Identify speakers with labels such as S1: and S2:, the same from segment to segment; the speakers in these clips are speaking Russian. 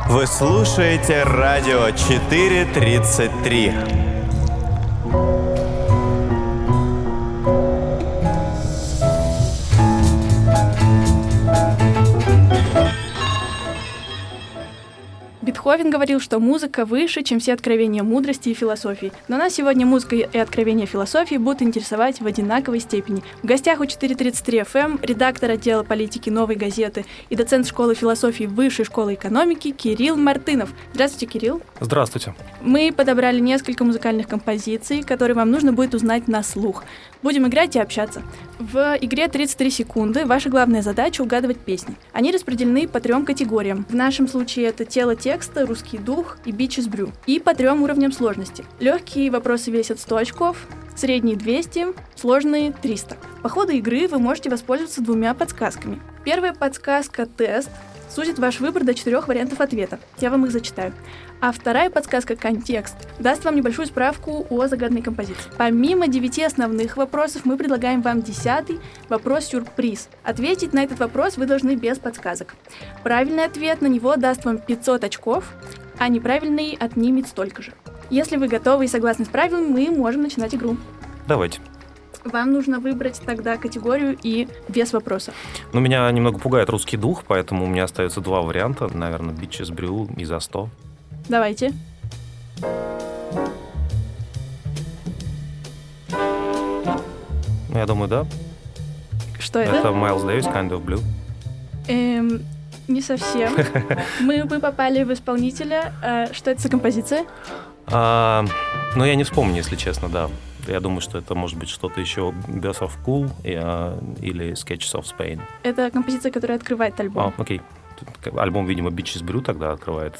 S1: Вы слушаете радио 433.
S2: Бетховен говорил, что музыка выше, чем все откровения мудрости и философии. Но нас сегодня музыка и откровения философии будут интересовать в одинаковой степени. В гостях у 433 FM редактор отдела политики «Новой газеты» и доцент школы философии Высшей школы экономики Кирилл Мартынов. Здравствуйте, Кирилл.
S3: Здравствуйте.
S2: Мы подобрали несколько музыкальных композиций, которые вам нужно будет узнать на слух. Будем играть и общаться. В игре 33 секунды ваша главная задача — угадывать песни. Они распределены по 3 категориям. В нашем случае это тело текста, русский дух и Bitches Brew. И по 3 уровням сложности. Легкие вопросы весят 100 очков, средние 200, сложные 300. По ходу игры вы можете воспользоваться 2 подсказками. Первая подсказка — тест. Сузит ваш выбор до 4 вариантов ответа. Я вам их зачитаю. А вторая подсказка «Контекст» даст вам небольшую справку о загаданной композиции. Помимо 9 основных вопросов, мы предлагаем вам 10-й вопрос-сюрприз. Ответить на этот вопрос вы должны без подсказок. Правильный ответ на него даст вам 500 очков, а неправильный отнимет столько же. Если вы готовы и согласны с правилами, мы можем начинать игру.
S3: Давайте.
S2: Вам нужно выбрать тогда категорию и вес вопроса.
S3: Ну, меня немного пугает русский дух, поэтому у меня остается 2 варианта. Наверное, Bitches Brew и за 100.
S2: Давайте.
S3: Я думаю, да.
S2: Что это?
S3: Это Майлз Дэвис, Kind of Blue.
S2: Не совсем. Мы попали в исполнителя. Что это за композиция?
S3: Ну, я не вспомню, если честно, да. Я думаю, что это может быть что-то еще Birth of Cool или Sketches of Spain.
S2: Это композиция, которая открывает альбом.
S3: Окей. Альбом, видимо, Bitches Brew тогда открывает.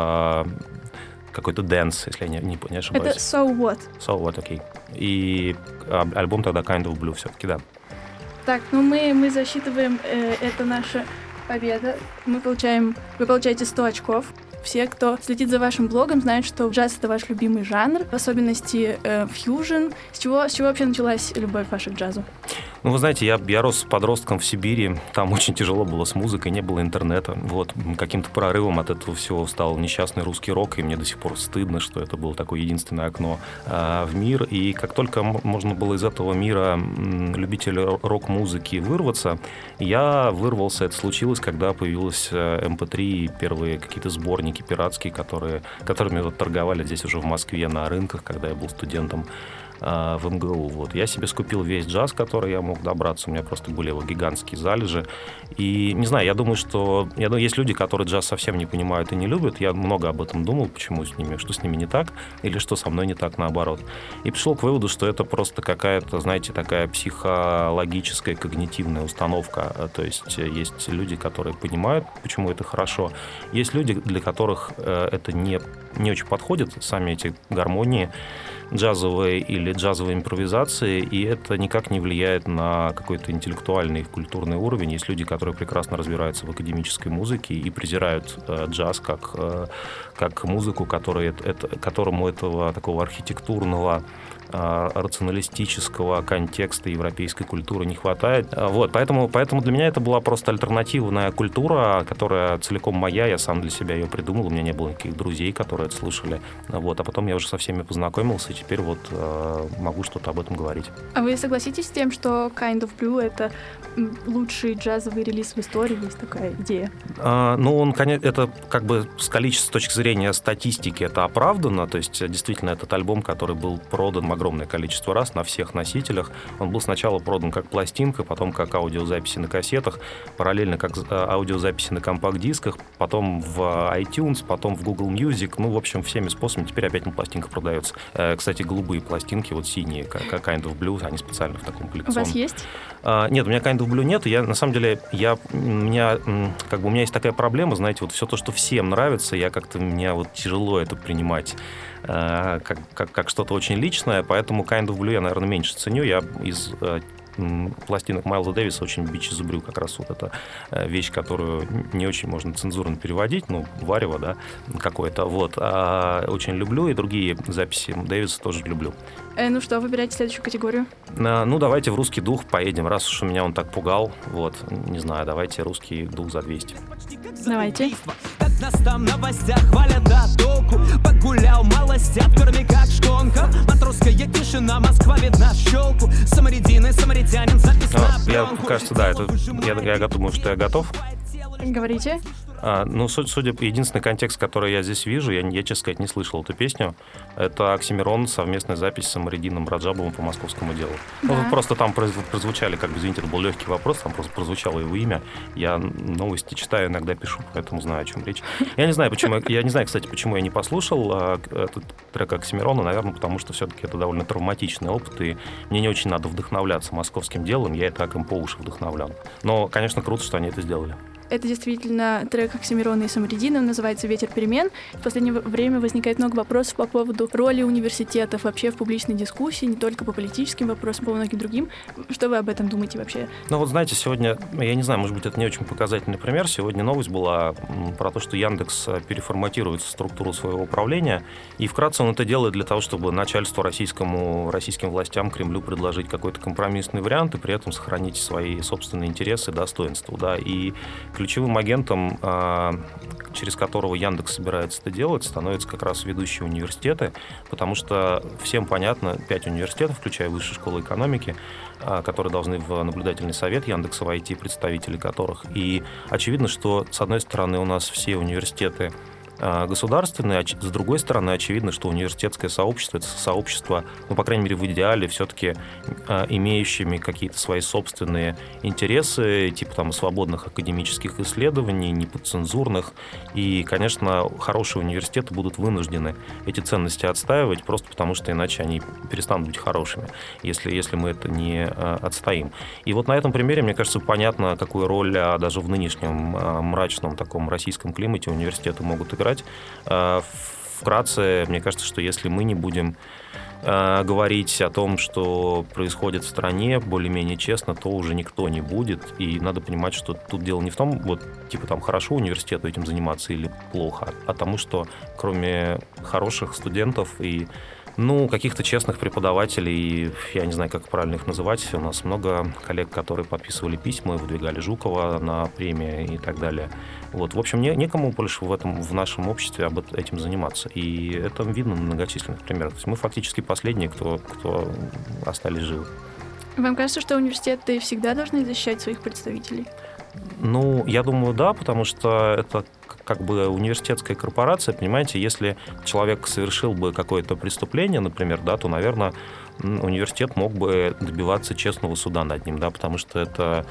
S3: Какой-то dance, если я не ошибаюсь.
S2: Это So What.
S3: So What, окей. И альбом тогда Kind of Blue все-таки, да.
S2: Так, ну мы засчитываем, это наша победа. Вы получаете 100 очков. Все, кто следит за вашим блогом, знают, что джаз — это ваш любимый жанр, в особенности фьюжн. С чего вообще началась любовь ваша к джазу?
S3: Ну, вы знаете, я рос подростком в Сибири, там очень тяжело было с музыкой, не было интернета. Вот, каким-то прорывом от этого всего стал несчастный русский рок, и мне до сих пор стыдно, что это было такое единственное окно в мир. И как только можно было из этого мира любителя рок-музыки вырваться, я вырвался. Это случилось, когда появилась MP3 и первые какие-то сборники пиратские, которыми торговали здесь уже в Москве на рынках, когда я был студентом в МГУ. Вот. Я себе скупил весь джаз, который я мог добраться. У меня просто были его гигантские залежи. И, не знаю, я думаю, есть люди, которые джаз совсем не понимают и не любят. Я много об этом думал, почему с ними, что с ними не так, или что со мной не так, наоборот. И пришел к выводу, что это просто какая-то, знаете, такая психологическая, когнитивная установка. То есть есть люди, которые понимают, почему это хорошо. Есть люди, для которых это не очень подходит, сами эти гармонии джазовые или джазовые импровизации, и это никак не влияет на какой-то интеллектуальный и культурный уровень. Есть люди, которые прекрасно разбираются в академической музыке и презирают джаз как музыку, которому этого такого архитектурного, рационалистического контекста европейской культуры не хватает. Вот, поэтому для меня это была просто альтернативная культура, которая целиком моя, я сам для себя ее придумал, у меня не было никаких друзей, которые это слушали. Вот, а потом я уже со всеми познакомился, и теперь вот могу что-то об этом говорить. А
S2: вы согласитесь с тем, что Kind of Blue — это лучший джазовый релиз в истории? Есть такая идея?
S3: Ну, он, конечно, это как бы с точки зрения статистики это оправдано, то есть действительно этот альбом, который был продан огромное количество раз на всех носителях. Он был сначала продан как пластинка, потом как аудиозаписи на кассетах, параллельно как аудиозаписи на компакт-дисках, потом в iTunes, потом в Google Music. Ну, в общем, всеми способами теперь опять на пластинках продается. Кстати, голубые пластинки, вот синие, как Kind of Blue, они специально в таком коллекционном.
S2: У вас есть?
S3: Нет, у меня Kind of Blue нет. На самом деле, у меня есть такая проблема, знаете, вот все то, что всем нравится, мне вот тяжело это принимать как что-то очень личное, поэтому Kind of Blue я, наверное, меньше ценю. Я из пластинок Майлза Дэвиса очень Bitches Brew, как раз вот эта вещь, которую не очень можно цензурно переводить, варево, да, какое-то, вот. Очень люблю, и другие записи Дэвиса тоже люблю.
S2: Ну что, выбирайте следующую категорию.
S3: Давайте в русский дух поедем, раз уж меня он так пугал, вот, не знаю, давайте русский дух за 200.
S2: Давайте.
S4: Нас там в новостях хвалят до толку. Погулял малостят, кроме как шконка. Матросская тишина, Москва видна в щелку. Самаритянин, запись на пленку.
S3: Кажется, да, это я думаю, что я готов.
S2: Говорите.
S3: Судя по единственный контекст, который я здесь вижу, я, честно сказать, не слышал эту песню. Это Оксимирон, совместная запись с Самаридином Раджабовым по московскому делу. Да. Просто там прозвучали, извините, это был легкий вопрос, там просто прозвучало его имя. Я новости читаю, иногда пишу, поэтому знаю, о чем речь. Я не знаю, кстати, почему я не послушал этот трек Оксимирона, наверное, потому что все-таки это довольно травматичный опыт, и мне не очень надо вдохновляться московским делом, я и так им по уши вдохновлен. Но, конечно, круто, что они это сделали.
S2: Это действительно трек Оксимирона и Самаридина, называется «Ветер перемен». В последнее время возникает много вопросов по поводу роли университетов вообще в публичной дискуссии, не только по политическим вопросам, по многим другим. Что вы об этом думаете вообще?
S3: Знаете, сегодня, я не знаю, может быть, это не очень показательный пример. Сегодня новость была про то, что Яндекс переформатирует структуру своего управления, и вкратце он это делает для того, чтобы начальству российским властям, Кремлю предложить какой-то компромиссный вариант и при этом сохранить свои собственные интересы и достоинства. Да? И ключевым агентом, через которого Яндекс собирается это делать, становятся как раз ведущие университеты, потому что всем понятно, 5 университетов, включая Высшую школу экономики, которые должны в наблюдательный совет Яндекса войти, представители которых. И очевидно, что, с одной стороны, у нас все университеты государственные, с другой стороны, очевидно, что университетское сообщество — это сообщество, по крайней мере, в идеале, все-таки имеющими какие-то свои собственные интересы, типа свободных академических исследований, неподцензурных. И, конечно, хорошие университеты будут вынуждены эти ценности отстаивать, просто потому что иначе они перестанут быть хорошими, если мы это не отстоим. И на этом примере, мне кажется, понятно, какую роль даже в нынешнем мрачном таком российском климате университеты могут играть. Вкратце, мне кажется, что если мы не будем говорить о том, что происходит в стране более-менее честно, то уже никто не будет. И надо понимать, что тут дело не в том, хорошо университету этим заниматься или плохо, а тому, что кроме хороших студентов и каких-то честных преподавателей, я не знаю, как правильно их называть. У нас много коллег, которые подписывали письма, выдвигали Жукова на премии и так далее. В общем, некому больше в нашем обществе этим заниматься. И это видно на многочисленных примерах. То есть мы фактически последние, кто остались живы.
S2: Вам кажется, что университеты всегда должны защищать своих представителей?
S3: Я думаю, да, потому что это университетская корпорация, понимаете, если человек совершил бы какое-то преступление, например, да, то, наверное, университет мог бы добиваться честного суда над ним, да, потому что это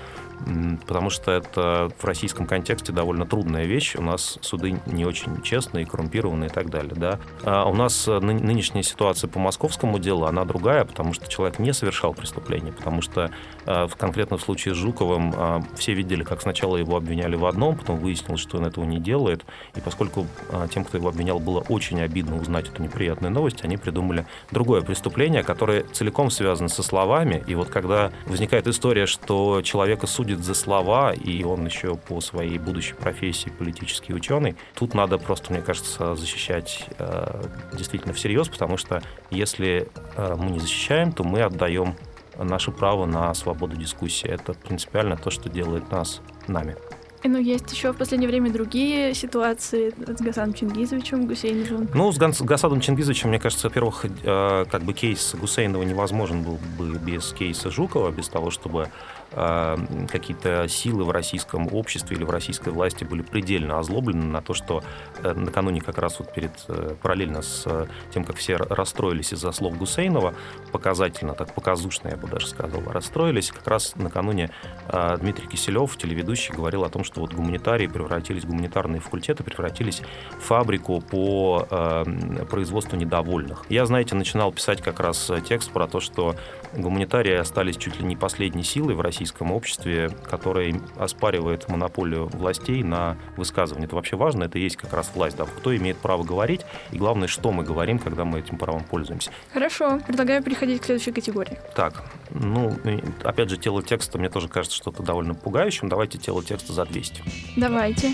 S3: в российском контексте довольно трудная вещь. У нас суды не очень честные, коррумпированные и так далее. Да. А у нас нынешняя ситуация по московскому делу, она другая, потому что человек не совершал преступление, потому что конкретно в случае с Жуковым все видели, как сначала его обвиняли в одном, потом выяснилось, что он этого не делает, и поскольку тем, кто его обвинял, было очень обидно узнать эту неприятную новость, они придумали другое преступление, которое целиком связано со словами, и когда возникает история, что человека судят за слова, и он еще по своей будущей профессии политический ученый, тут надо просто, мне кажется, защищать действительно всерьез, потому что если мы не защищаем, то мы отдаем наше право на свободу дискуссии. Это принципиально то, что делает нас нами.
S2: Есть еще в последнее время другие ситуации с Гасаном Чингизовичем, Гусейновым.
S3: С Гасаном Чингизовичем, мне кажется, во-первых, кейс Гусейнова невозможен был бы без кейса Жукова, без того, чтобы какие-то силы в российском обществе или в российской власти были предельно озлоблены на то, что накануне как раз параллельно с тем, как все расстроились из-за слов Гусейнова, показательно, так показушно, я бы даже сказал, расстроились, как раз накануне Дмитрий Киселев, телеведущий, говорил о том, что гуманитарные факультеты превратились в фабрику по производству недовольных. Я, начинал писать как раз текст про то, что гуманитарии остались чуть ли не последней силой в российском обществе, которая оспаривает монополию властей на высказывание. Это вообще важно, это и есть как раз власть. Да? Кто имеет право говорить, и главное, что мы говорим, когда мы этим правом пользуемся.
S2: Хорошо, предлагаю переходить к следующей категории.
S3: Так, опять же, тело текста мне тоже кажется что-то довольно пугающим. Давайте тело текста за 200.
S2: Давайте.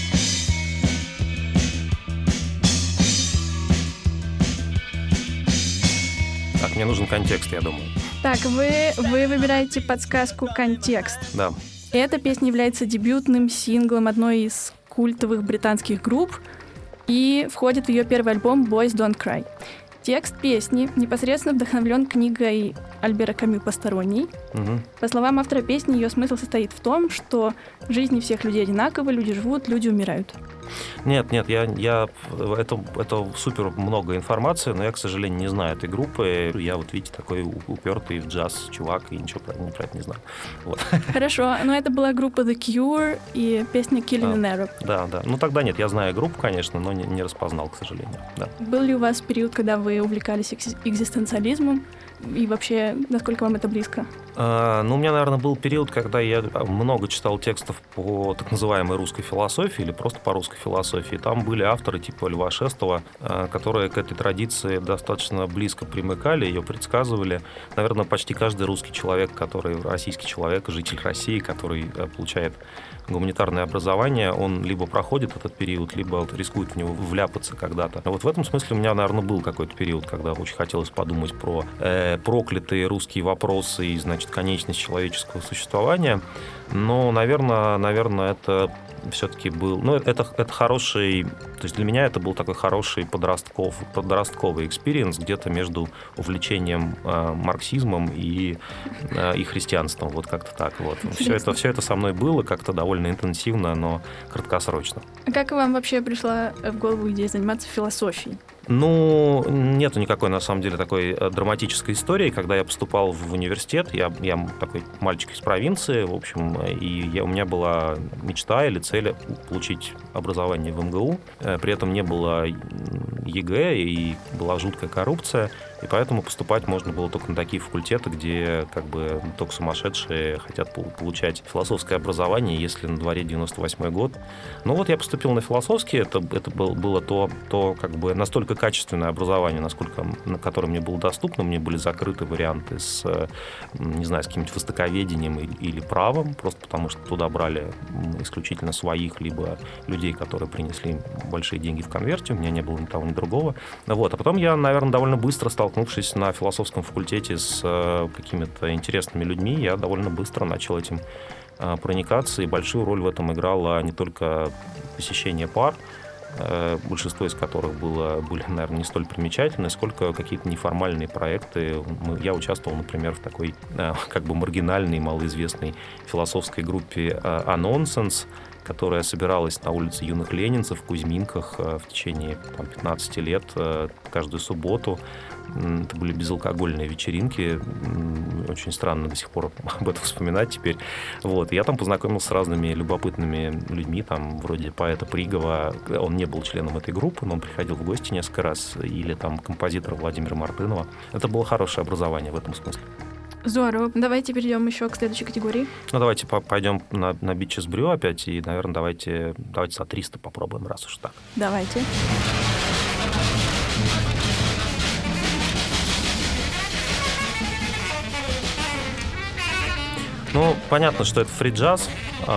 S3: Так, мне нужен контекст, я думаю.
S2: Так, вы выбираете подсказку «Контекст».
S3: Да.
S2: Эта песня является дебютным синглом одной из культовых британских групп и входит в ее первый альбом «Boys Don't Cry». Текст песни непосредственно вдохновлен книгой Альбера Камю «Посторонний».
S3: Угу.
S2: По словам автора песни, ее смысл состоит в том, что жизни всех людей одинаковы, люди живут, люди умирают.
S3: Нет, это супер много информации, но я, к сожалению, не знаю этой группы. Я вот, видите, такой упертый в джаз чувак и ничего про это не знаю. Вот.
S2: Хорошо, но это была группа The Cure и песня Killing an Arab.
S3: Да. Ну тогда нет, я знаю группу, конечно, но не распознал, к сожалению. Да.
S2: Был ли у вас период, когда вы увлекались экзистенциализмом? И вообще, насколько вам это близко?
S3: У меня, наверное, был период, когда я много читал текстов по так называемой русской философии или просто по русской философии. Там были авторы типа Льва Шестова, которые к этой традиции достаточно близко примыкали, ее предсказывали. Наверное, почти каждый русский человек, российский человек, житель России, который получает гуманитарное образование, он либо проходит этот период, либо рискует в него вляпаться когда-то. А вот в этом смысле у меня, наверное, был какой-то период, когда очень хотелось подумать про проклятые русские вопросы и, значит, конечность человеческого существования. Но, наверное, это все-таки был... это хороший... То есть для меня это был такой хороший подростковый экспириенс где-то между увлечением марксизмом и христианством. Вот как-то так. Вот. Все это со мной было как-то довольно интенсивно, но краткосрочно.
S2: А как вам вообще пришла в голову идея заниматься философией?
S3: Нету никакой, на самом деле, такой драматической истории. Когда я поступал в университет, я такой мальчик из провинции, в общем, и у меня была мечта или цель получить образование в МГУ. При этом не было ЕГЭ, и была жуткая коррупция, и поэтому поступать можно было только на такие факультеты, где как бы только сумасшедшие хотят получать философское образование, если на дворе 98-й год. Ну вот я поступил на философский, это было то как бы настолько качественное образование, на которое мне было доступно, мне были закрыты варианты с каким-нибудь востоковедением или правом, просто потому что туда брали исключительно своих, либо людей, которые принесли большие деньги в конверте, у меня не было ни того, ни другого. Вот. А потом я, наверное, довольно быстро, столкнувшись на философском факультете с какими-то интересными людьми, я довольно быстро начал этим проникаться, и большую роль в этом играло не только посещение пар, большинство из которых были, наверное, не столь примечательны, сколько какие-то неформальные проекты. Я участвовал, например, в такой как бы маргинальной, малоизвестной философской группе «Анонсенс», которая собиралась на улице Юных Ленинцев в Кузьминках в течение 15 лет каждую субботу. Это были безалкогольные вечеринки. Очень странно до сих пор об этом вспоминать теперь. Вот. Я там познакомился с разными любопытными людьми, там, вроде поэта Пригова. Он не был членом этой группы, но он приходил в гости несколько раз. Или там композитора Владимира Мартынова. Это было хорошее образование в этом смысле.
S2: Здорово. Давайте перейдем еще к следующей категории.
S3: Давайте пойдем на Bitches Brew опять. И, наверное, давайте за 300 попробуем, раз уж так.
S2: Давайте.
S3: Понятно, что это фри-джаз.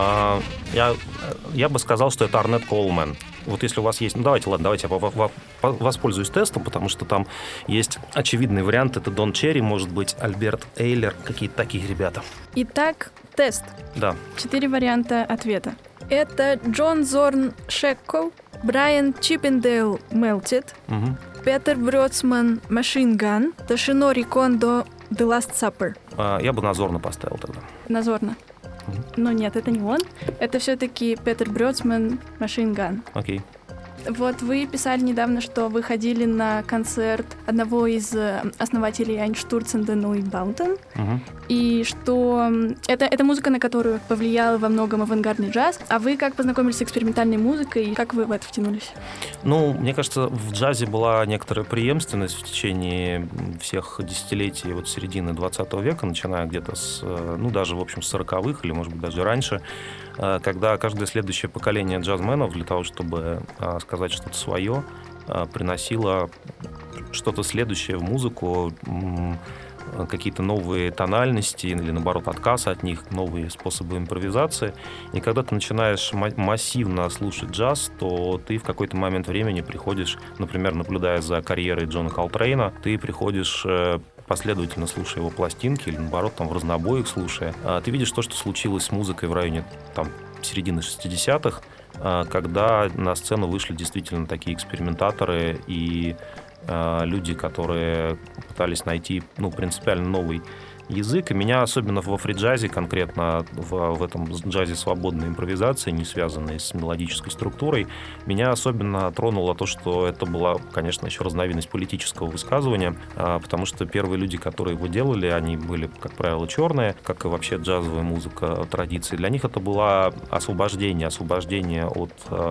S3: Я бы сказал, что это Арнет Коулман. Вот если у вас есть... Давайте я воспользуюсь тестом, потому что там есть очевидный вариант. Это Дон Черри, может быть, Альберт Эйлер, какие-то такие ребята.
S2: Итак, тест.
S3: Да.
S2: 4 варианта ответа. Это Джон Зорн Шекко, Брайан Чиппендейл Melted, Петер Брёцман Machine Gun, Тошинори Кондо The Last Supper.
S3: Я бы на Зорна поставил тогда.
S2: На Зорна. Но нет, это не он. Это все-таки Петер Брёцман Machine Gun.
S3: Окей.
S2: Вот вы писали недавно, что вы ходили на концерт одного из основателей Einstürzenden Neubauten, и что это музыка, на которую повлиял во многом авангардный джаз. А вы как познакомились с экспериментальной музыкой, и как вы в это втянулись?
S3: Мне кажется, в джазе была некоторая преемственность в течение всех десятилетий вот середины 20 века, начиная где-то с, даже, в общем, с 40-х или, может быть, даже раньше, когда каждое следующее поколение джазменов для того, чтобы сказать что-то свое, приносило что-то следующее в музыку, какие-то новые тональности или, наоборот, отказ от них, новые способы импровизации. И когда ты начинаешь массивно слушать джаз, то ты в какой-то момент времени приходишь, например, наблюдая за карьерой Джона Колтрейна, ты приходишь, последовательно слушая его пластинки или, наоборот, в разнобой их слушая, ты видишь то, что случилось с музыкой в районе середины 60-х, когда на сцену вышли действительно такие экспериментаторы и люди, которые пытались найти принципиально новый язык. И меня особенно во фри-джазе, конкретно в этом джазе свободной импровизации, не связанной с мелодической структурой, меня особенно тронуло то, что это была, конечно, еще разновидность политического высказывания, потому что первые люди, которые его делали, они были, как правило, черные, как и вообще джазовая музыка традиции. Для них это было освобождение от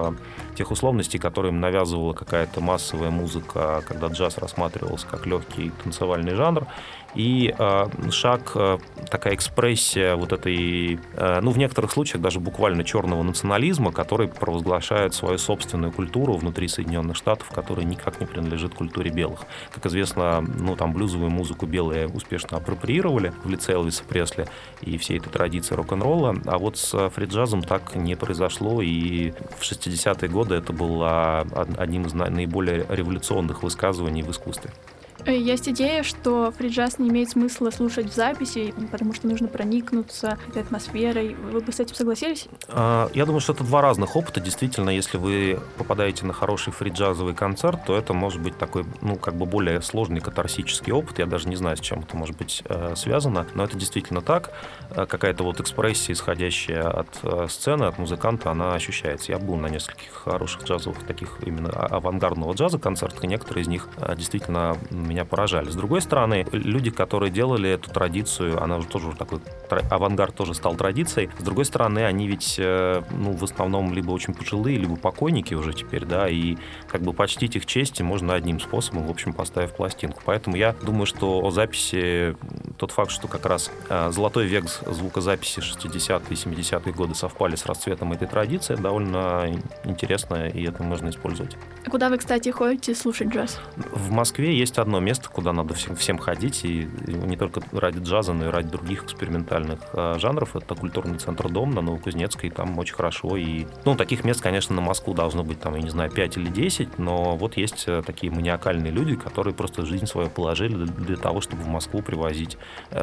S3: тех условностей, которые им навязывала какая-то массовая музыка, когда джаз рассматривался как легкий танцевальный жанр. И шаг, такая экспрессия вот этой, в некоторых случаях даже буквально черного национализма, который провозглашает свою собственную культуру внутри Соединенных Штатов, которая никак не принадлежит культуре белых. Как известно, блюзовую музыку белые успешно апроприировали в лице Элвиса Пресли и всей этой традиции рок-н-ролла, а вот с фри-джазом так не произошло, и в 60-е годы это было одним из наиболее революционных высказываний в искусстве.
S2: Есть идея, что фри-джаз не имеет смысла слушать в записи, потому что нужно проникнуться этой атмосферой. Вы бы с этим согласились?
S3: Я думаю, что это два разных опыта. Действительно, если вы попадаете на хороший фри-джазовый концерт, то это может быть такой, более сложный катарсический опыт. Я даже не знаю, с чем это может быть связано, но это действительно так. Какая-то экспрессия, исходящая от сцены, от музыканта, она ощущается. Я был на нескольких хороших джазовых, таких именно авангардного джаза концертах, и некоторые из них действительно меня поражали. С другой стороны, люди, которые делали эту традицию, она уже тоже такой авангард тоже стал традицией. С другой стороны, они ведь в основном либо очень пожилые, либо покойники уже теперь, да, и почтить их честь можно одним способом, в общем, поставив пластинку. Поэтому я думаю, что о записи, тот факт, что как раз золотой век звукозаписи 60-е и 70-е годы совпали с расцветом этой традиции, довольно интересно, и это можно использовать.
S2: Куда вы, кстати, ходите слушать джаз?
S3: В Москве есть одно место, куда надо всем ходить, и не только ради джаза, но и ради других экспериментальных жанров. Это культурный центр «Дом» на Новокузнецкой, там очень хорошо. И, таких мест, конечно, на Москву должно быть, 5 или 10, но вот есть такие маниакальные люди, которые просто жизнь свою положили для того, чтобы в Москву привозить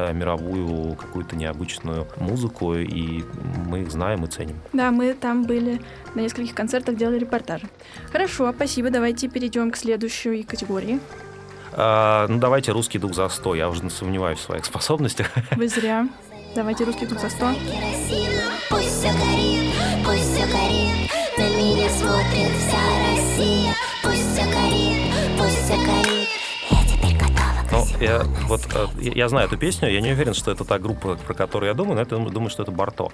S3: мировую какую-то необычную музыку, и мы их знаем и ценим.
S2: Да, мы там были на нескольких концертах, делали репортажи. Хорошо, спасибо. Давайте перейдем к следующей категории.
S3: Давайте «Русский дух за 100». Я уже сомневаюсь в своих способностях.
S2: Вы зря. Давайте «Русский дух за 100».
S5: Пусть все горит, на меня смотрит вся Россия. Пусть все горит, я теперь готова к
S3: я знаю эту песню, я не уверен, что это та группа, про которую я думаю, но я думаю, что это Барто.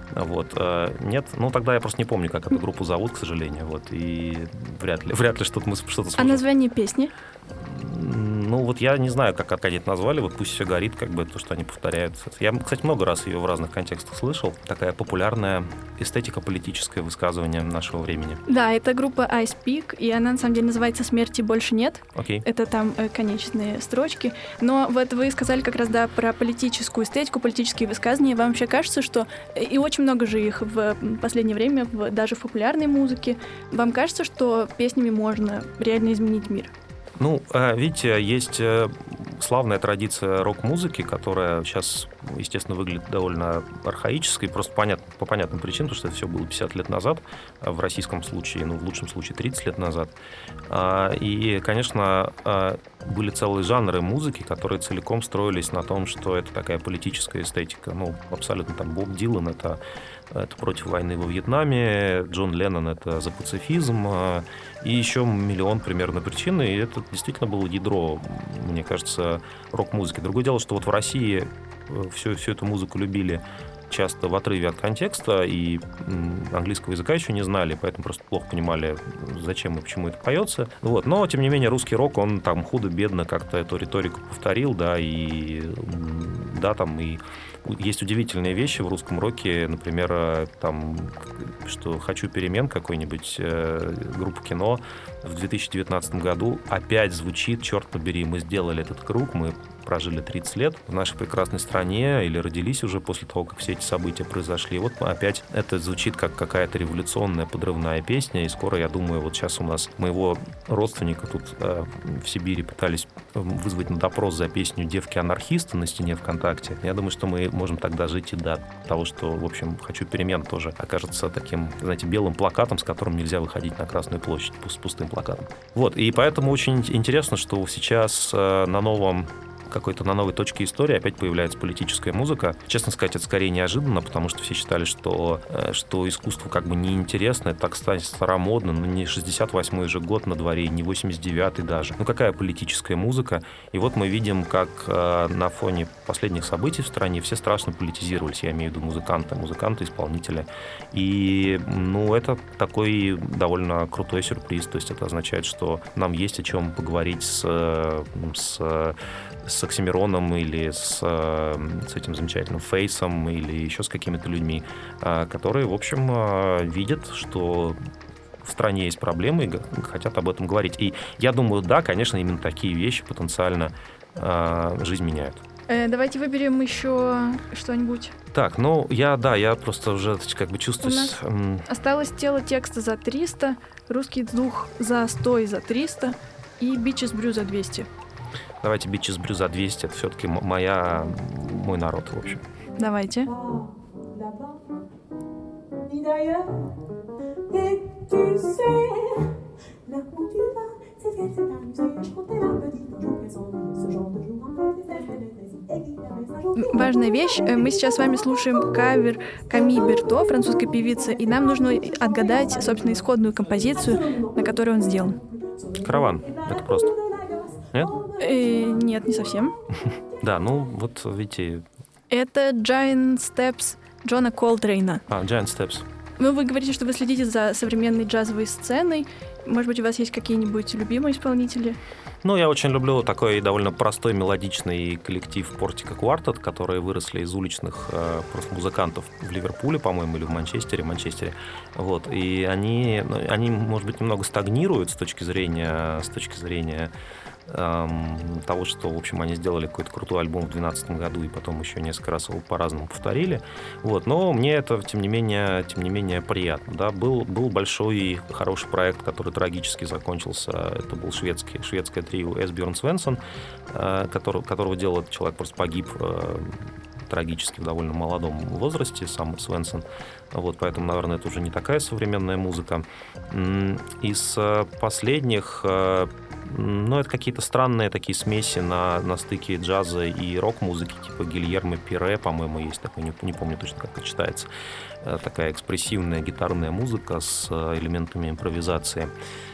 S3: Нет, тогда я просто не помню, как эту группу зовут, к сожалению, и вряд ли что-то сможем.
S2: А название песни?
S3: Я не знаю, как они это назвали, «Пусть все горит», то, что они повторяют. Я, кстати, много раз ее в разных контекстах слышал. Такая популярная эстетика-политическое высказывание нашего времени.
S2: Да, это группа Ice Peak, и она, на самом деле, называется «Смерти больше нет».
S3: Окей.
S2: Это там конечные строчки. Но вы сказали как раз, про политическую эстетику, политические высказывания. Вам вообще кажется, что... И очень много же их в последнее время, даже в популярной музыке. Вам кажется, что песнями можно реально изменить мир?
S3: Видите, есть славная традиция рок-музыки, которая сейчас, естественно, выглядит довольно архаической, просто по понятным причинам, потому что это все было 50 лет назад, в российском случае, в лучшем случае 30 лет назад. И, конечно, были целые жанры музыки, которые целиком строились на том, что это такая политическая эстетика. Абсолютно Боб Дилан — это против войны во Вьетнаме, Джон Леннон — это за пацифизм, и еще миллион примерно причин, и это действительно было ядро, мне кажется, рок-музыки. Другое дело, что в России всю эту музыку любили часто в отрыве от контекста, и английского языка еще не знали, поэтому просто плохо понимали, зачем и почему это поется. Но, тем не менее, русский рок, он худо-бедно как-то эту риторику повторил, и есть удивительные вещи в русском роке, например, что «Хочу перемен» какой-нибудь группа «Кино» в 2019 году опять звучит, черт побери, мы сделали этот круг, мы прожили 30 лет в нашей прекрасной стране или родились уже после того, как все эти события произошли. Опять это звучит как какая-то революционная подрывная песня, и скоро, я думаю, сейчас у нас моего родственника тут в Сибири пытались вызвать на допрос за песню «Девки-анархисты» на стене ВКонтакте. Я думаю, что мы можем тогда жить и до того, что, в общем, «Хочу перемен» тоже окажется таким, знаете, белым плакатом, с которым нельзя выходить на Красную площадь, с пустым плакатом. Вот, и поэтому очень интересно, что сейчас на новой точке истории опять появляется политическая музыка. Честно сказать, это скорее неожиданно, потому что все считали, что искусство как бы неинтересно, это так станет старомодно, но не 68-й же год на дворе, не 89-й даже. Ну какая политическая музыка? И вот мы видим, как на фоне последних событий в стране все страшно политизировались, я имею в виду музыканты, исполнители. И, это такой довольно крутой сюрприз, то есть это означает, что нам есть о чем поговорить с Оксимироном или с этим замечательным Фейсом или еще с какими-то людьми, которые, в общем, видят, что в стране есть проблемы и хотят об этом говорить. И я думаю, да, конечно, именно такие вещи потенциально жизнь меняют.
S2: Давайте выберем еще что-нибудь.
S3: Так, я просто уже как бы чувствую...
S2: У нас осталось «Тело текста» за 300, «Русский дух» за 100 и за 300 и «Bitches Brew» за 200.
S3: Давайте «Bitches Brew» за 200, это все-таки мой народ, в общем.
S2: Давайте. Важная вещь. Мы сейчас с вами слушаем кавер Камиль Берто, французской певицы, и нам нужно отгадать, собственно, исходную композицию, на которой он сделан.
S3: «Караван». Это просто. Нет?
S2: Нет, не совсем.
S3: Да, вот видите...
S2: Это Giant Steps Джона Колтрейна.
S3: Giant Steps.
S2: Вы говорите, что вы следите за современной джазовой сценой. Может быть, у вас есть какие-нибудь любимые исполнители?
S3: Я очень люблю такой довольно простой мелодичный коллектив Portico Quartet, которые выросли из уличных просто музыкантов в Ливерпуле, по-моему, или в Манчестере. Вот. И они, может быть, немного стагнируют с точки зрения того, что, в общем, они сделали какой-то крутой альбом в 2012 году и потом еще несколько раз его по-разному повторили. Вот. Но мне это, тем не менее, приятно. Да? Был большой и хороший проект, который трагически закончился. Это был шведское трио Эсбьерн Свенсон, которого делал этот человек, просто погиб трагически в довольно молодом возрасте, сам Свенсон. Вот, поэтому, наверное, это уже не такая современная музыка. Из последних... это какие-то странные такие смеси на стыке джаза и рок-музыки, типа Гильермо Пире, по-моему, есть такой, не помню точно, как это читается. Такая экспрессивная гитарная музыка с элементами импровизации.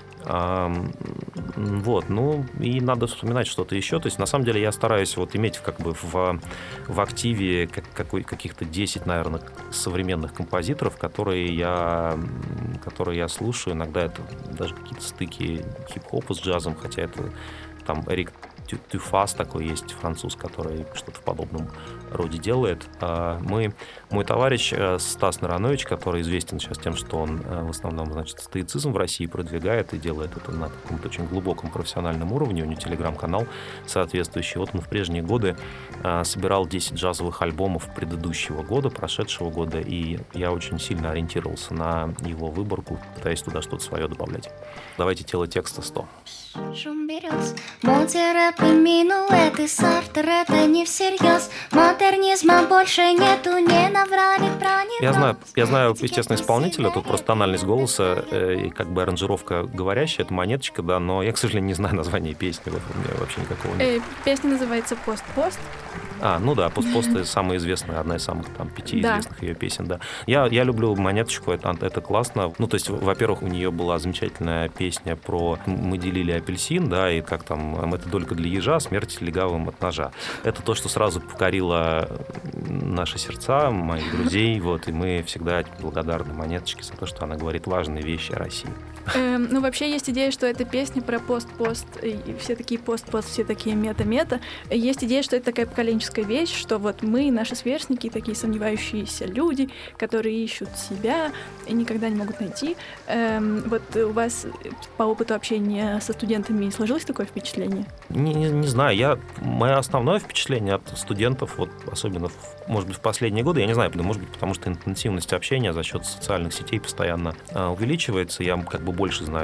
S3: И надо вспоминать что-то еще. То есть, на самом деле, я стараюсь иметь как бы в активе каких-то 10, наверное, современных композиторов, которые я слушаю. Иногда это даже какие-то стыки хип-хопа с джазом, хотя это там Эрик Тюфас такой есть, француз, который что-то в подобном роде делает. Мой товарищ Стас Наранович, который известен сейчас тем, что он в основном, стоицизм в России продвигает и делает это на каком-то очень глубоком профессиональном уровне. У него телеграм-канал соответствующий. Вот он в прежние годы собирал 10 джазовых альбомов предыдущего года, прошедшего года, и я очень сильно ориентировался на его выборку, пытаясь туда что-то свое добавлять. Давайте «Тело текста» 100.
S5: Шум берез, мультирэп и минуэт, и Сартер, это не всерьез. Модернизма больше нету, не наврали про него.
S3: Я знаю, естественно, исполнителя, тут просто тональность голоса и как бы аранжировка говорящая, это Монеточка, да, но я, к сожалению, не знаю название песни, у меня вообще никакого нет.
S2: Песня называется «Пост-пост».
S3: «Пост-пост» самая известная, одна из самых 5 известных ее песен, да. Я люблю Монеточку, это классно. То есть, во-первых, у нее была замечательная песня про «Мы делили апельсин», да, и как там «Это только для ежа, смерть легавым от ножа». Это то, что сразу покорило наши сердца, моих друзей, и мы всегда благодарны Монеточке за то, что она говорит важные вещи о России.
S2: Вообще есть идея, что это песня про пост-пост, и все такие пост-пост, все такие мета-мета. Есть идея, что это такая поколенческая вещь, что мы, наши сверстники, такие сомневающиеся люди, которые ищут себя и никогда не могут найти. У вас по опыту общения со студентами сложилось такое впечатление?
S3: Не знаю, мое основное впечатление от студентов, особенно, может быть, в последние годы, я не знаю, может быть, потому что интенсивность общения за счет социальных сетей постоянно увеличивается, я как бы больше знаю сейчас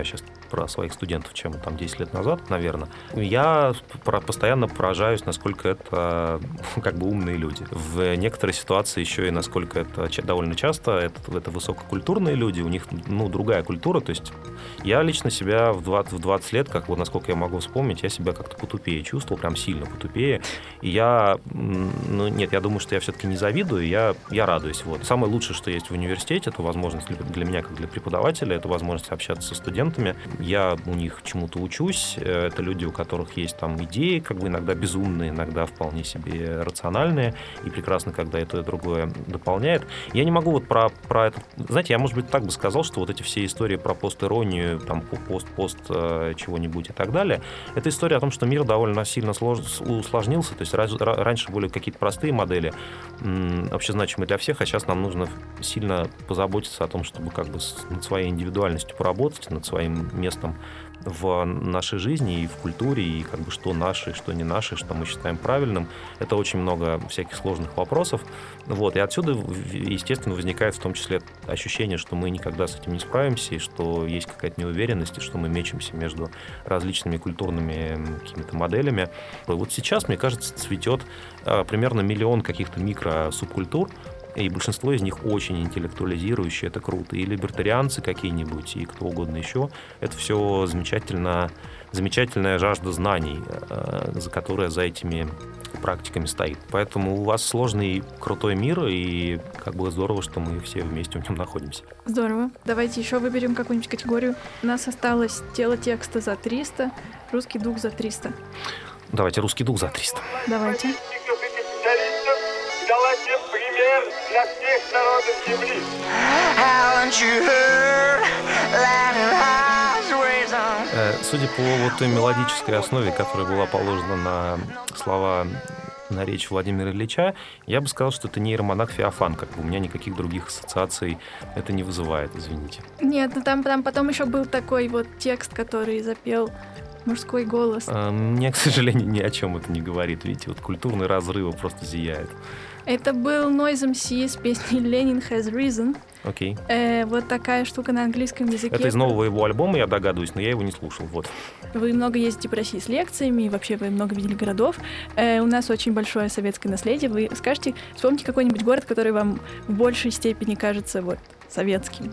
S3: про своих студентов, чем там 10 лет назад, наверное. Я постоянно поражаюсь, насколько это как бы умные люди. В некоторой ситуации еще и насколько это довольно часто это высококультурные люди, у них другая культура. То есть я лично себя в 20 лет, как вот насколько я могу вспомнить, я себя как-то потупее чувствовал, прям сильно потупее. И я думаю, что я все-таки не завидую, я радуюсь. Вот. Самое лучшее, что есть в университете, это возможность для меня, как для преподавателя, это возможность общаться со студентами. Я у них чему-то учусь. Это люди, у которых есть там идеи, как бы иногда безумные, иногда вполне себе рациональные, и прекрасно, когда это и другое дополняет. Я не могу вот про это... Знаете, я, может быть, так бы сказал, что вот эти все истории про пост-иронию, там, пост чего-нибудь и так далее, это история о том, что мир довольно сильно усложнился. То есть раньше были какие-то простые модели, общезначимые для всех, а сейчас нам нужно сильно позаботиться о том, чтобы как бы над своей индивидуальностью поработать, над своим местом в нашей жизни и в культуре, и как бы что наше, что не наше, что мы считаем правильным. Это очень много всяких сложных вопросов. Вот. И отсюда, естественно, возникает в том числе ощущение, что мы никогда с этим не справимся, и что есть какая-то неуверенность, и что мы мечемся между различными культурными какими-то моделями. И вот сейчас, мне кажется, цветет примерно 1 миллион каких-то микросубкультур, и большинство из них очень интеллектуализирующие, это круто. И либертарианцы какие-нибудь, и кто угодно еще. Это все замечательная жажда знаний, которая за этими практиками стоит. Поэтому у вас сложный, крутой мир, и как бы здорово, что мы все вместе в нем находимся.
S2: Здорово. Давайте еще выберем какую-нибудь категорию. У нас осталось тело текста за 300, русский дух за 300.
S3: Давайте русский дух за 300.
S2: Давайте.
S6: Пример для всех народов земли.
S3: Судя по вот той мелодической основе, которая была положена на слова, на речь Владимира Ильича, я бы сказал, что это нейромонах Феофан. Как бы у меня никаких других ассоциаций это не вызывает, извините.
S2: Нет, ну там потом еще был такой вот текст, который запел мужской голос.
S3: Мне, к сожалению, ни о чем это не говорит. Видите, вот культурные разрывы просто зияют.
S2: Это был Noise MC с песней «Lenin has risen».
S3: Окей.
S2: Вот такая штука на английском языке.
S3: Это из нового его альбома, я догадываюсь, но я его не слушал. Вот.
S2: Вы много ездите по России с лекциями, и вообще вы много видели городов. У нас очень большое советское наследие. Вы скажете, вспомните какой-нибудь город, который вам в большей степени кажется вот советским.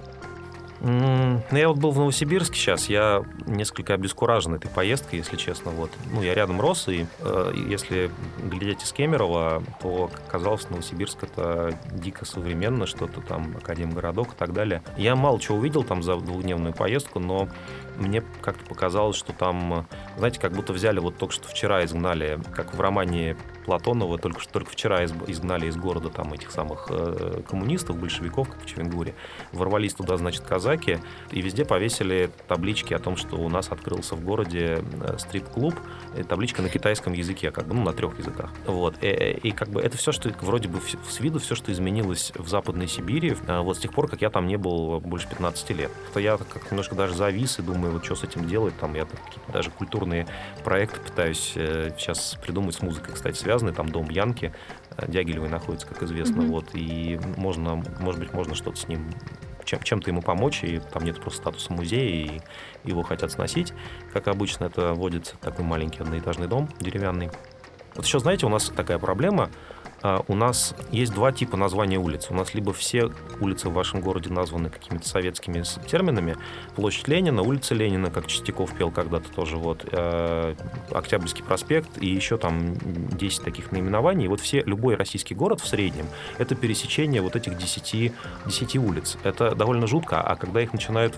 S3: Я вот был в Новосибирске сейчас, я несколько обескуражен этой поездкой, если честно. Вот. Я рядом рос, и если глядеть из Кемерово, то казалось, Новосибирск — это дико современно, что-то там, Академгородок и так далее. Я мало чего увидел там за двухдневную поездку, но мне как-то показалось, что там, знаете, как будто взяли вот только что вчера изгнали, как в романе Платонова, только вчера изгнали из города там этих самых коммунистов, большевиков, как в Чевенгуре, ворвались туда, значит, казаки, и везде повесили таблички о том, что у нас открылся в городе стрип-клуб, табличка на китайском языке, как бы, на 3 языках. Вот. И как бы это все, что вроде бы с виду все, что изменилось в Западной Сибири, вот с тех пор, как я там не был больше 15 лет. То я как немножко даже завис и думаю, вот что с этим делать, там я какие-то даже культурные проекты пытаюсь сейчас придумать с музыкой, кстати, связанные, там дом Янки Дягилевой находится, как известно, вот, и может быть, можно что-то с ним, чем-то ему помочь, и там нет просто статуса музея, и его хотят сносить, как обычно это водится, такой маленький одноэтажный дом деревянный. Вот еще, знаете, у нас такая проблема. У нас есть 2 типа названия улиц. У нас либо все улицы в вашем городе названы какими-то советскими терминами. Площадь Ленина, улица Ленина, как Чистяков пел когда-то тоже, вот, Октябрьский проспект, и еще там 10 таких наименований. И вот любой российский город в среднем — это пересечение вот этих 10 улиц. Это довольно жутко, а когда их начинают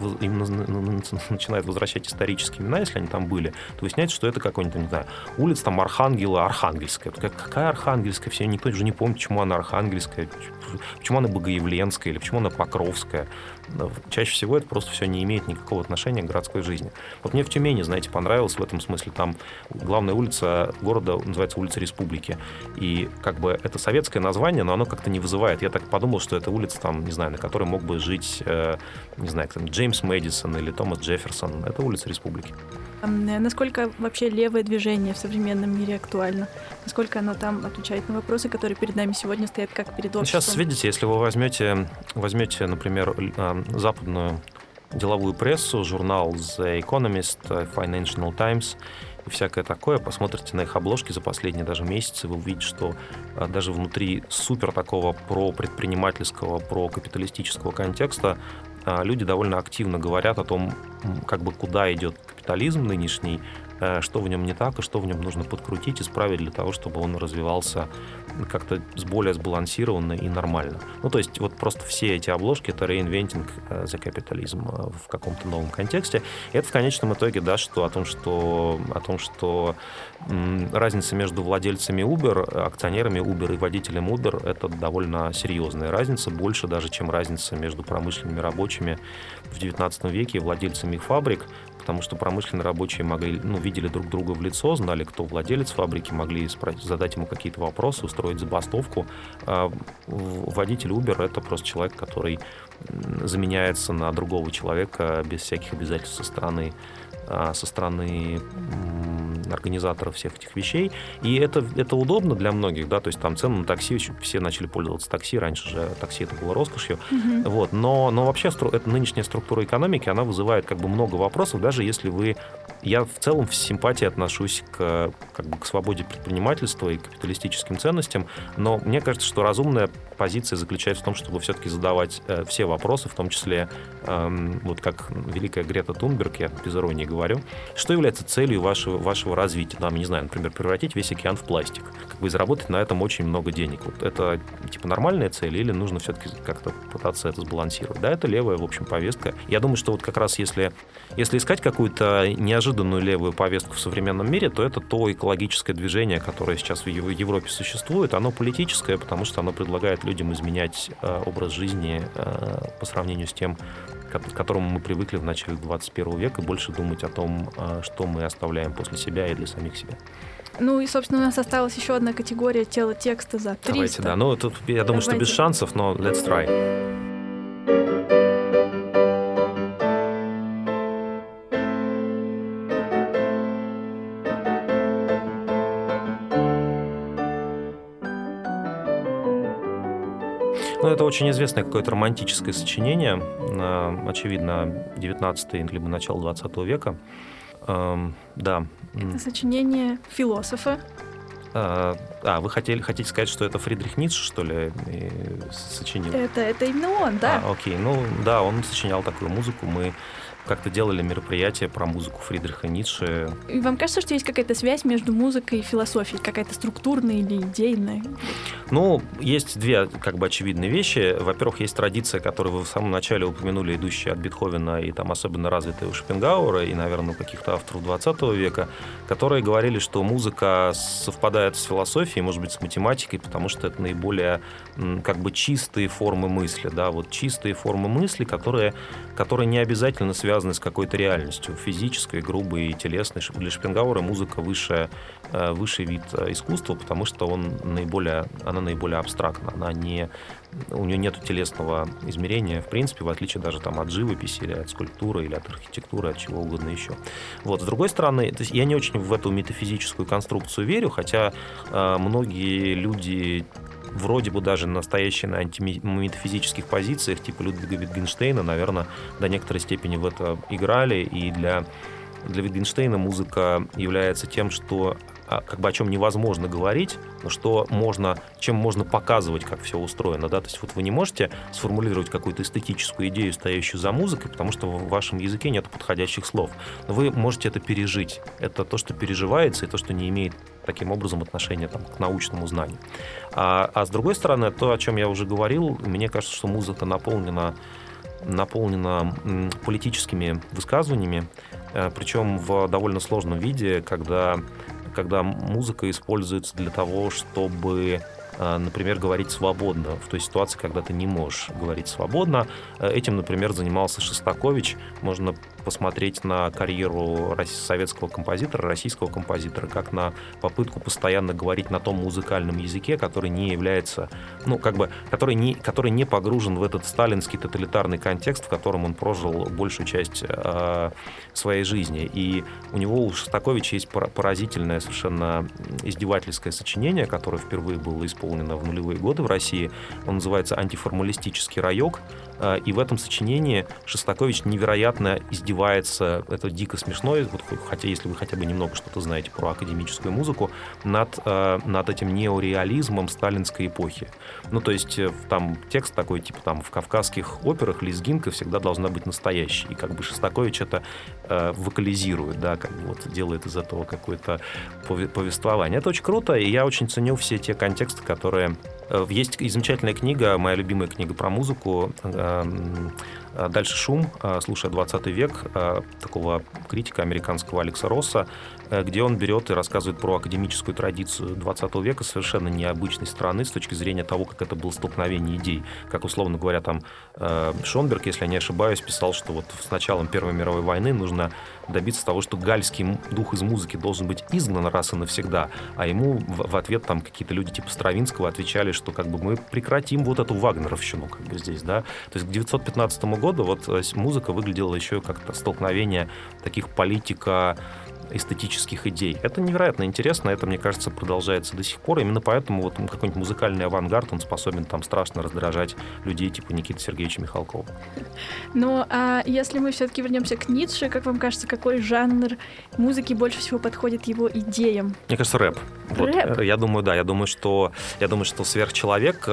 S3: возвращать исторические имена, если они там были, то выясняется, что это какой-нибудь, не знаю, улица там Архангела, Архангельская. Какая Архангельская? Все никто уже не помнит, почему она Архангельская, почему она Богоявленская или почему она Покровская. Чаще всего это просто все не имеет никакого отношения к городской жизни. Вот мне в Тюмени, знаете, понравилось в этом смысле. Там главная улица города называется улица Республики. И как бы это советское название, но оно как-то не вызывает. Я так подумал, что это улица, там, не знаю, на которой мог бы жить, не знаю, там, Джеймс Мэдисон или Томас Джефферсон. Это улица Республики.
S2: Насколько вообще левое движение в современном мире актуально? Насколько оно там отвечает на вопросы, которые перед нами сегодня стоят как перед обществом?
S3: Сейчас, видите, если вы возьмете, например, западную деловую прессу, журнал The Economist, Financial Times и всякое такое, посмотрите на их обложки за последние даже месяцы, вы увидите, что даже внутри супер такого про-предпринимательского, про-капиталистического контекста люди довольно активно говорят о том, как бы куда идет капитализм нынешний, что в нем не так и что в нем нужно подкрутить, исправить для того, чтобы он развивался как-то более сбалансированно и нормально. Ну, то есть вот просто все эти обложки — это reinventing the capitalism в каком-то новом контексте. И это в конечном итоге даст о том, что разница между владельцами Uber, акционерами Uber и водителем Uber — это довольно серьезная разница, больше даже, чем разница между промышленными рабочими в XIX веке и владельцами их фабрик, потому что промышленные рабочие видели друг друга в лицо, знали, кто владелец фабрики, могли задать ему какие-то вопросы, устроить забастовку. Водитель Uber — это просто человек, который заменяется на другого человека без всяких обязательств со стороны организаторов всех этих вещей. И это удобно для многих, да, то есть там цены на такси, все начали пользоваться такси, раньше же такси это было роскошью. Вот. Но вообще эта нынешняя структура экономики, она вызывает как бы много вопросов, даже если я в целом в симпатии отношусь к свободе предпринимательства и капиталистическим ценностям, но мне кажется, что разумная позиция заключается в том, чтобы все-таки задавать все вопросы, в том числе, вот как великая Грета Тунберг, я без иронии говорю, что является целью вашего развития. Там, не знаю, например, превратить весь океан в пластик, и заработать на этом очень много денег. Вот это типа нормальная цель или нужно все-таки как-то пытаться это сбалансировать? Да, это левая, в общем, повестка. Я думаю, что вот как раз если искать какую-то неожиданную левую повестку в современном мире, то это то экологическое движение, которое сейчас в Европе существует. Оно политическое, потому что оно предлагает людям изменять образ жизни по сравнению с тем, к которому мы привыкли в начале 21 века, и больше думать о том, что мы оставляем после себя и для самих себя.
S2: Ну и, собственно, у нас осталась еще одна категория тела текста за 300.
S3: Давайте, да. Ну, тут я думаю, что без шансов, но let's try. Ну, это очень известное какое-то романтическое сочинение, очевидно, 19 либо начало 20 века. Да.
S2: Это сочинение философа.
S3: Вы хотите сказать, что это Фридрих Ницше, что ли, сочинил?
S2: Это именно он, да.
S3: Окей. Ну, да, он сочинял такую музыку. Мы как-то делали мероприятие про музыку Фридриха Ницше.
S2: И вам кажется, что есть какая-то связь между музыкой и философией? Какая-то структурная или идейная?
S3: Ну, есть две как бы очевидные вещи. Во-первых, есть традиция, которую вы в самом начале упомянули, идущая от Бетховена и там особенно развитая у Шопенгауэра и, наверное, у каких-то авторов 20 века, которые говорили, что музыка совпадает с философией, может быть, с математикой, потому что это наиболее как бы чистые формы мысли, да, вот чистые формы мысли, которые не обязательно связаны с какой-то реальностью, физической, грубой и телесной. Для Шопенгауэра музыка высший вид искусства, потому что она наиболее абстрактна, у нее нет телесного измерения, в принципе, в отличие даже там от живописи или от скульптуры, или от архитектуры, от чего угодно еще. Вот. С другой стороны, то есть я не очень в эту метафизическую конструкцию верю, хотя многие люди вроде бы даже настоящие на антиметафизических позициях, типа Людвига Витгенштейна, наверное, до некоторой степени в это играли, и для Витгенштейна музыка является тем, что как бы о чем невозможно говорить, но чем можно показывать, как все устроено. Да? То есть вот вы не можете сформулировать какую-то эстетическую идею, стоящую за музыкой, потому что в вашем языке нет подходящих слов. Но вы можете это пережить. Это то, что переживается, и то, что не имеет таким образом отношения к научному знанию. А с другой стороны, то, о чем я уже говорил, мне кажется, что музыка наполнена политическими высказываниями, причем в довольно сложном виде, когда музыка используется для того, чтобы, например, говорить свободно. В той ситуации, когда ты не можешь говорить свободно. Этим, например, занимался Шостакович. Можно посмотреть на карьеру советского композитора, российского композитора, как на попытку постоянно говорить на том музыкальном языке, который не является, который не погружен в этот сталинский тоталитарный контекст, в котором он прожил большую часть своей жизни. И у Шостаковича есть поразительное, совершенно издевательское сочинение, которое впервые было исполнено в нулевые годы в России. Он называется «Антиформалистический раёк». И в этом сочинении Шостакович невероятно издевается, это дико смешно, вот, хотя если вы хотя бы немного что-то знаете про академическую музыку, над этим неореализмом сталинской эпохи. Ну, то есть там текст такой, типа там в кавказских операх лезгинка всегда должна быть настоящей. И как бы Шостакович это вокализирует, да, как бы вот делает из этого какое-то повествование. Это очень круто, и я очень ценю все те контексты, которые... Есть замечательная книга, моя любимая книга про музыку «Дальше шум. Слушая 20 век», такого критика американского Алекса Росса, где он берет и рассказывает про академическую традицию 20 века совершенно необычной страны с точки зрения того, как это было столкновение идей. Как, условно говоря, там Шонберг, если я не ошибаюсь, писал, что вот с началом Первой мировой войны нужно добиться того, что гальский дух из музыки должен быть изгнан раз и навсегда, а ему в ответ там какие-то люди типа Стравинского отвечали, что как бы мы прекратим вот эту вагнеровщину как бы здесь, да. То есть к 1915 году вот музыка выглядела еще как-то столкновение таких политико-эстетических идей. Это невероятно интересно, это, мне кажется, продолжается до сих пор. Именно поэтому вот какой-нибудь музыкальный авангард, он способен там страшно раздражать людей типа Никиты Сергеевича Михалкова.
S2: Ну, а если мы все-таки вернемся к Ницше, как вам кажется, какой жанр музыки больше всего подходит его идеям?
S3: Мне кажется, рэп.
S2: Рэп?
S3: Вот, я думаю, что сверхчеловек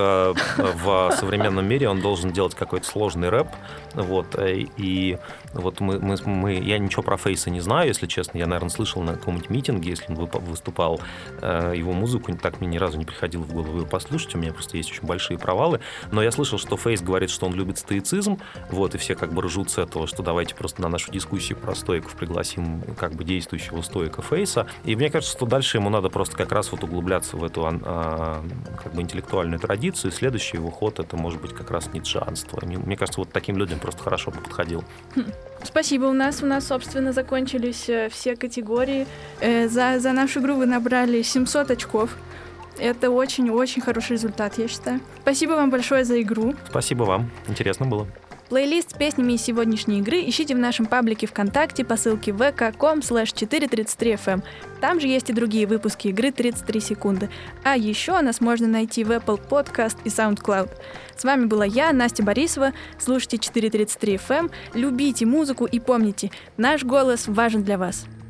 S3: в современном мире, он должен делать какой-то сложный рэп. Вот, и вот я ничего про Фейса не знаю, если честно. Я, наверное, слышал на каком-нибудь митинге, если он выступал, его музыку, так мне ни разу не приходило в голову его послушать. У меня просто есть очень большие провалы. Но я слышал, что Фейс говорит, что он любит стоицизм, вот, и все как бы ржут с этого, что давайте просто на нашу дискуссию про стоиков пригласим как бы действующего стоика Фейса. И мне кажется, что дальше ему надо просто как раз вот углубляться в эту как бы интеллектуальную традицию. И следующий его ход — это может быть как раз ницшеанство. Мне кажется, вот таким людям просто хорошо бы подходил.
S2: Спасибо. У нас, собственно, закончились все категории. За нашу игру вы набрали 700 очков. Это очень-очень хороший результат, я считаю. Спасибо вам большое за игру.
S3: Спасибо вам. Интересно было.
S2: Плейлист с песнями из сегодняшней игры ищите в нашем паблике ВКонтакте по ссылке vk.com/433fm. Там же есть и другие выпуски игры 33 секунды. А еще нас можно найти в Apple Podcast и SoundCloud. С вами была я, Настя Борисова. Слушайте 433 FM, любите музыку и помните, наш голос важен для вас.